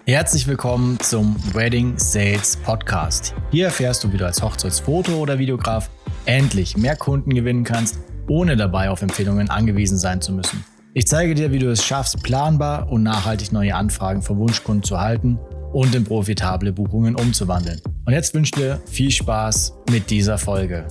Herzlich willkommen zum Wedding Sales Podcast. Hier erfährst du, wie du als Hochzeitsfoto- oder Videograf endlich mehr Kunden gewinnen kannst, ohne dabei auf Empfehlungen angewiesen sein zu müssen. Ich zeige dir, wie du es schaffst, planbar und nachhaltig neue Anfragen von Wunschkunden zu halten und in profitable Buchungen umzuwandeln. Und jetzt wünsche ich dir viel Spaß mit dieser Folge.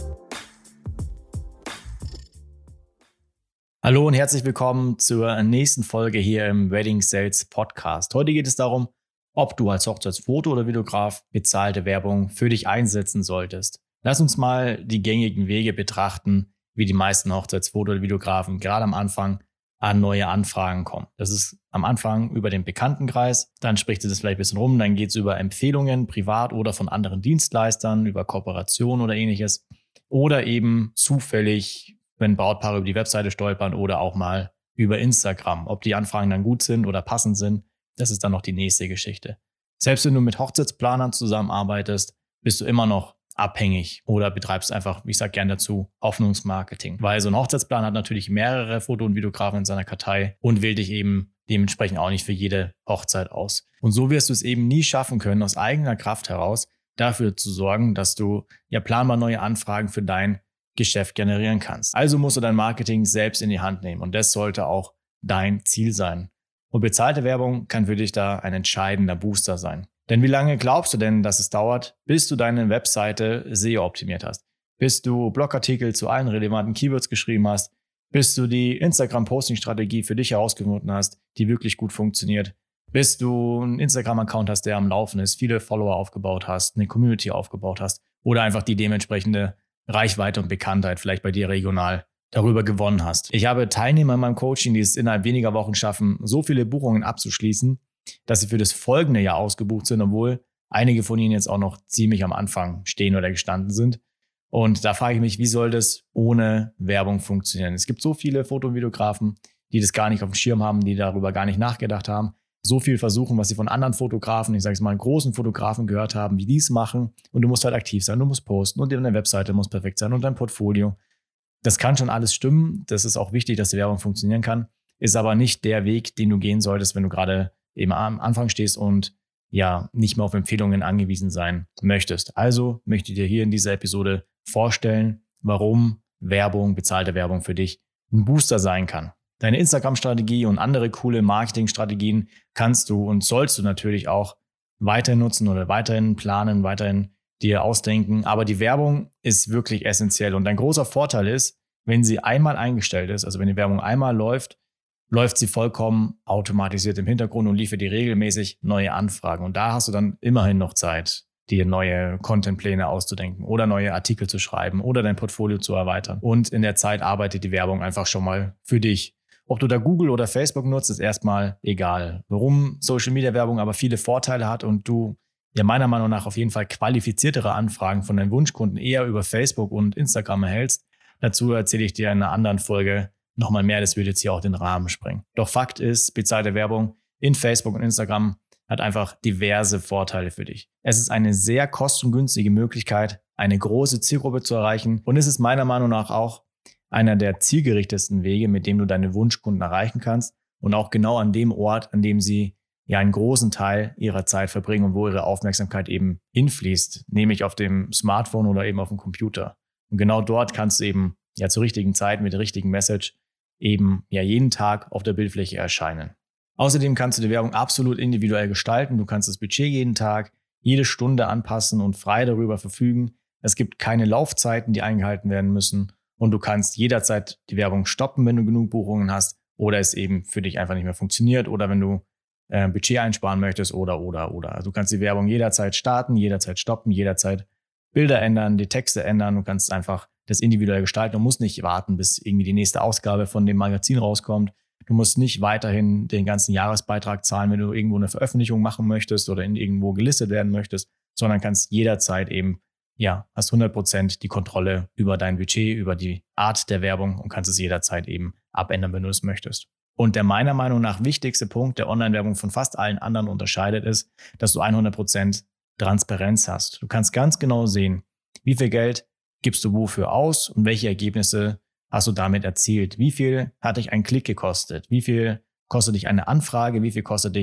Hallo und herzlich willkommen zur nächsten Folge hier im Wedding Sales Podcast. Heute geht es darum, ob du als Hochzeitsfoto- oder Videograf bezahlte Werbung für dich einsetzen solltest. Lass uns mal die gängigen Wege betrachten, wie die meisten Hochzeitsfoto- oder Videografen gerade am Anfang an neue Anfragen kommen. Das ist am Anfang über den Bekanntenkreis, dann spricht es vielleicht ein bisschen rum, dann geht es über Empfehlungen, privat oder von anderen Dienstleistern, über Kooperation oder ähnliches. Oder eben zufällig, wenn Brautpaare über die Webseite stolpern oder auch mal über Instagram. Ob die Anfragen dann gut sind oder passend sind, das ist dann noch die nächste Geschichte. Selbst wenn du mit Hochzeitsplanern zusammenarbeitest, bist du immer noch abhängig oder betreibst einfach, wie ich sage gerne dazu, Hoffnungsmarketing. Weil so ein Hochzeitsplan hat natürlich mehrere Foto- und Videografen in seiner Kartei und wählt dich eben dementsprechend auch nicht für jede Hochzeit aus. Und so wirst du es eben nie schaffen können, aus eigener Kraft heraus dafür zu sorgen, dass du planbar neue Anfragen für dein Geschäft generieren kannst. Also musst du dein Marketing selbst in die Hand nehmen und das sollte auch dein Ziel sein. Und bezahlte Werbung kann für dich da ein entscheidender Booster sein. Denn wie lange glaubst du denn, dass es dauert, bis du deine Webseite SEO optimiert hast? Bis du Blogartikel zu allen relevanten Keywords geschrieben hast? Bis du die Instagram-Posting-Strategie für dich herausgefunden hast, die wirklich gut funktioniert? Bis du einen Instagram-Account hast, der am Laufen ist, viele Follower aufgebaut hast, eine Community aufgebaut hast oder einfach die dementsprechende Reichweite und Bekanntheit vielleicht bei dir regional darüber gewonnen hast. Ich habe Teilnehmer in meinem Coaching, die es innerhalb weniger Wochen schaffen, so viele Buchungen abzuschließen, dass sie für das folgende Jahr ausgebucht sind, obwohl einige von ihnen jetzt auch noch ziemlich am Anfang stehen oder gestanden sind. Und da frage ich mich, wie soll das ohne Werbung funktionieren? Es gibt so viele Foto- und Videografen, die das gar nicht auf dem Schirm haben, die darüber gar nicht nachgedacht haben. So viel versuchen, was sie von anderen Fotografen, ich sage es mal, großen Fotografen gehört haben, wie die es machen. Und du musst halt aktiv sein, du musst posten und deine Webseite muss perfekt sein und dein Portfolio. Das kann schon alles stimmen. Das ist auch wichtig, dass die Werbung funktionieren kann. Ist aber nicht der Weg, den du gehen solltest, wenn du gerade eben am Anfang stehst und nicht mehr auf Empfehlungen angewiesen sein möchtest. Also möchte ich dir hier in dieser Episode vorstellen, warum Werbung, bezahlte Werbung für dich ein Booster sein kann. Deine Instagram-Strategie und andere coole Marketing-Strategien kannst du und sollst du natürlich auch weiterhin nutzen oder weiterhin planen, weiterhin dir ausdenken. Aber die Werbung ist wirklich essentiell. Und ein großer Vorteil ist, wenn sie einmal eingestellt ist, also wenn die Werbung einmal läuft, läuft sie vollkommen automatisiert im Hintergrund und liefert dir regelmäßig neue Anfragen. Und da hast du dann immerhin noch Zeit, dir neue Contentpläne auszudenken oder neue Artikel zu schreiben oder dein Portfolio zu erweitern. Und in der Zeit arbeitet die Werbung einfach schon mal für dich. Ob du da Google oder Facebook nutzt, ist erstmal egal. Warum Social Media Werbung aber viele Vorteile hat und du meiner Meinung nach auf jeden Fall qualifiziertere Anfragen von deinen Wunschkunden eher über Facebook und Instagram erhältst. Dazu erzähle ich dir in einer anderen Folge nochmal mehr, das würde jetzt hier auch den Rahmen sprengen. Doch Fakt ist, bezahlte Werbung in Facebook und Instagram hat einfach diverse Vorteile für dich. Es ist eine sehr kostengünstige Möglichkeit, eine große Zielgruppe zu erreichen und es ist meiner Meinung nach auch einer der zielgerichtesten Wege, mit dem du deine Wunschkunden erreichen kannst und auch genau an dem Ort, an dem sie einen großen Teil ihrer Zeit verbringen und wo ihre Aufmerksamkeit eben hinfließt, nämlich auf dem Smartphone oder eben auf dem Computer. Und genau dort kannst du eben zur richtigen Zeit mit der richtigen Message eben jeden Tag auf der Bildfläche erscheinen. Außerdem kannst du die Werbung absolut individuell gestalten. Du kannst das Budget jeden Tag, jede Stunde anpassen und frei darüber verfügen. Es gibt keine Laufzeiten, die eingehalten werden müssen und du kannst jederzeit die Werbung stoppen, wenn du genug Buchungen hast oder es eben für dich einfach nicht mehr funktioniert oder wenn du Budget einsparen möchtest oder. Also du kannst die Werbung jederzeit starten, jederzeit stoppen, jederzeit Bilder ändern, die Texte ändern. Du kannst einfach das individuell gestalten und musst nicht warten, bis irgendwie die nächste Ausgabe von dem Magazin rauskommt. Du musst nicht weiterhin den ganzen Jahresbeitrag zahlen, wenn du irgendwo eine Veröffentlichung machen möchtest oder irgendwo gelistet werden möchtest, sondern kannst jederzeit eben, hast 100% die Kontrolle über dein Budget, über die Art der Werbung und kannst es jederzeit eben abändern, wenn du es möchtest. Und der meiner Meinung nach wichtigste Punkt der Online-Werbung von fast allen anderen unterscheidet ist, dass du 100% Transparenz hast. Du kannst ganz genau sehen, wie viel Geld gibst du wofür aus und welche Ergebnisse hast du damit erzielt. Wie viel hat dich ein Klick gekostet? Wie viel kostet dich eine Anfrage? Wie viel kostet dich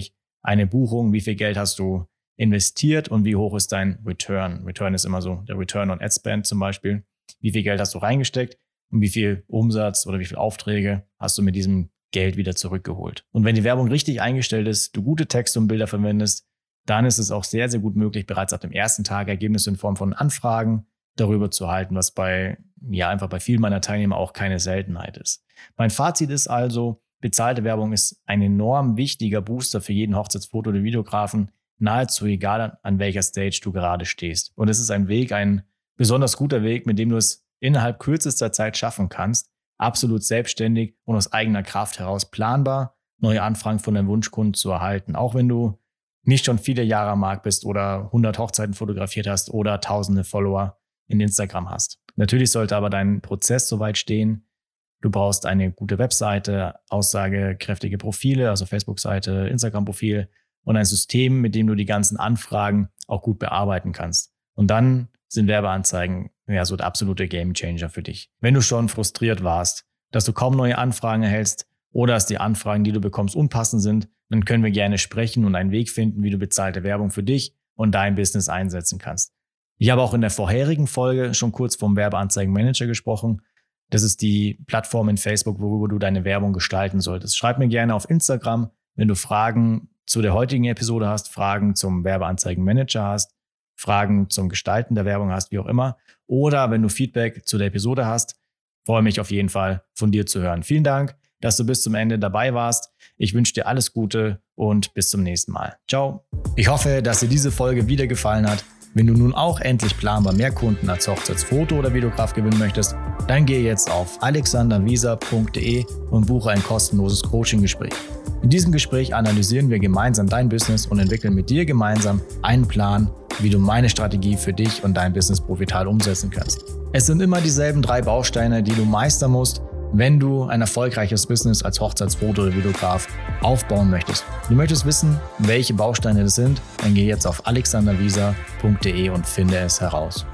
eine Buchung, wie viel Geld hast du investiert und wie hoch ist dein Return. Return ist immer so der Return on Ad Spend zum Beispiel. Wie viel Geld hast du reingesteckt und wie viel Umsatz oder wie viele Aufträge hast du mit diesem Geld wieder zurückgeholt. Und wenn die Werbung richtig eingestellt ist, du gute Texte und Bilder verwendest, dann ist es auch sehr, sehr gut möglich, bereits ab dem ersten Tag Ergebnisse in Form von Anfragen darüber zu erhalten, was einfach bei vielen meiner Teilnehmer auch keine Seltenheit ist. Mein Fazit ist also, bezahlte Werbung ist ein enorm wichtiger Booster für jeden Hochzeitsfoto- oder Videografen, nahezu egal an welcher Stage du gerade stehst. Und es ist ein besonders guter Weg, mit dem du es innerhalb kürzester Zeit schaffen kannst, absolut selbstständig und aus eigener Kraft heraus planbar neue Anfragen von deinem Wunschkunden zu erhalten. Auch wenn du nicht schon viele Jahre am Markt bist oder 100 Hochzeiten fotografiert hast oder tausende Follower in Instagram hast. Natürlich sollte aber dein Prozess soweit stehen. Du brauchst eine gute Webseite, aussagekräftige Profile, also Facebook-Seite, Instagram-Profil und ein System, mit dem du die ganzen Anfragen auch gut bearbeiten kannst. Und dann sind Werbeanzeigen so der absolute Gamechanger für dich. Wenn du schon frustriert warst, dass du kaum neue Anfragen erhältst oder dass die Anfragen, die du bekommst, unpassend sind, dann können wir gerne sprechen und einen Weg finden, wie du bezahlte Werbung für dich und dein Business einsetzen kannst. Ich habe auch in der vorherigen Folge schon kurz vom Werbeanzeigenmanager gesprochen. Das ist die Plattform in Facebook, worüber du deine Werbung gestalten solltest. Schreib mir gerne auf Instagram, wenn du Fragen zu der heutigen Episode hast, Fragen zum Werbeanzeigenmanager hast, Fragen zum Gestalten der Werbung hast, wie auch immer. Oder wenn du Feedback zu der Episode hast, freue mich auf jeden Fall von dir zu hören. Vielen Dank, dass du bis zum Ende dabei warst. Ich wünsche dir alles Gute und bis zum nächsten Mal. Ciao. Ich hoffe, dass dir diese Folge wieder gefallen hat. Wenn du nun auch endlich planbar mehr Kunden als Hochzeitsfoto- oder Videograf gewinnen möchtest, dann gehe jetzt auf alexanderwieser.de und buche ein kostenloses Coaching-Gespräch. In diesem Gespräch analysieren wir gemeinsam dein Business und entwickeln mit dir gemeinsam einen Plan, wie du meine Strategie für dich und dein Business profitabel umsetzen kannst. Es sind immer dieselben 3 Bausteine, die du meistern musst, wenn du ein erfolgreiches Business als Hochzeitsfoto- oder Videograf aufbauen möchtest. Du möchtest wissen, welche Bausteine das sind, dann geh jetzt auf alexanderwieser.de und finde es heraus.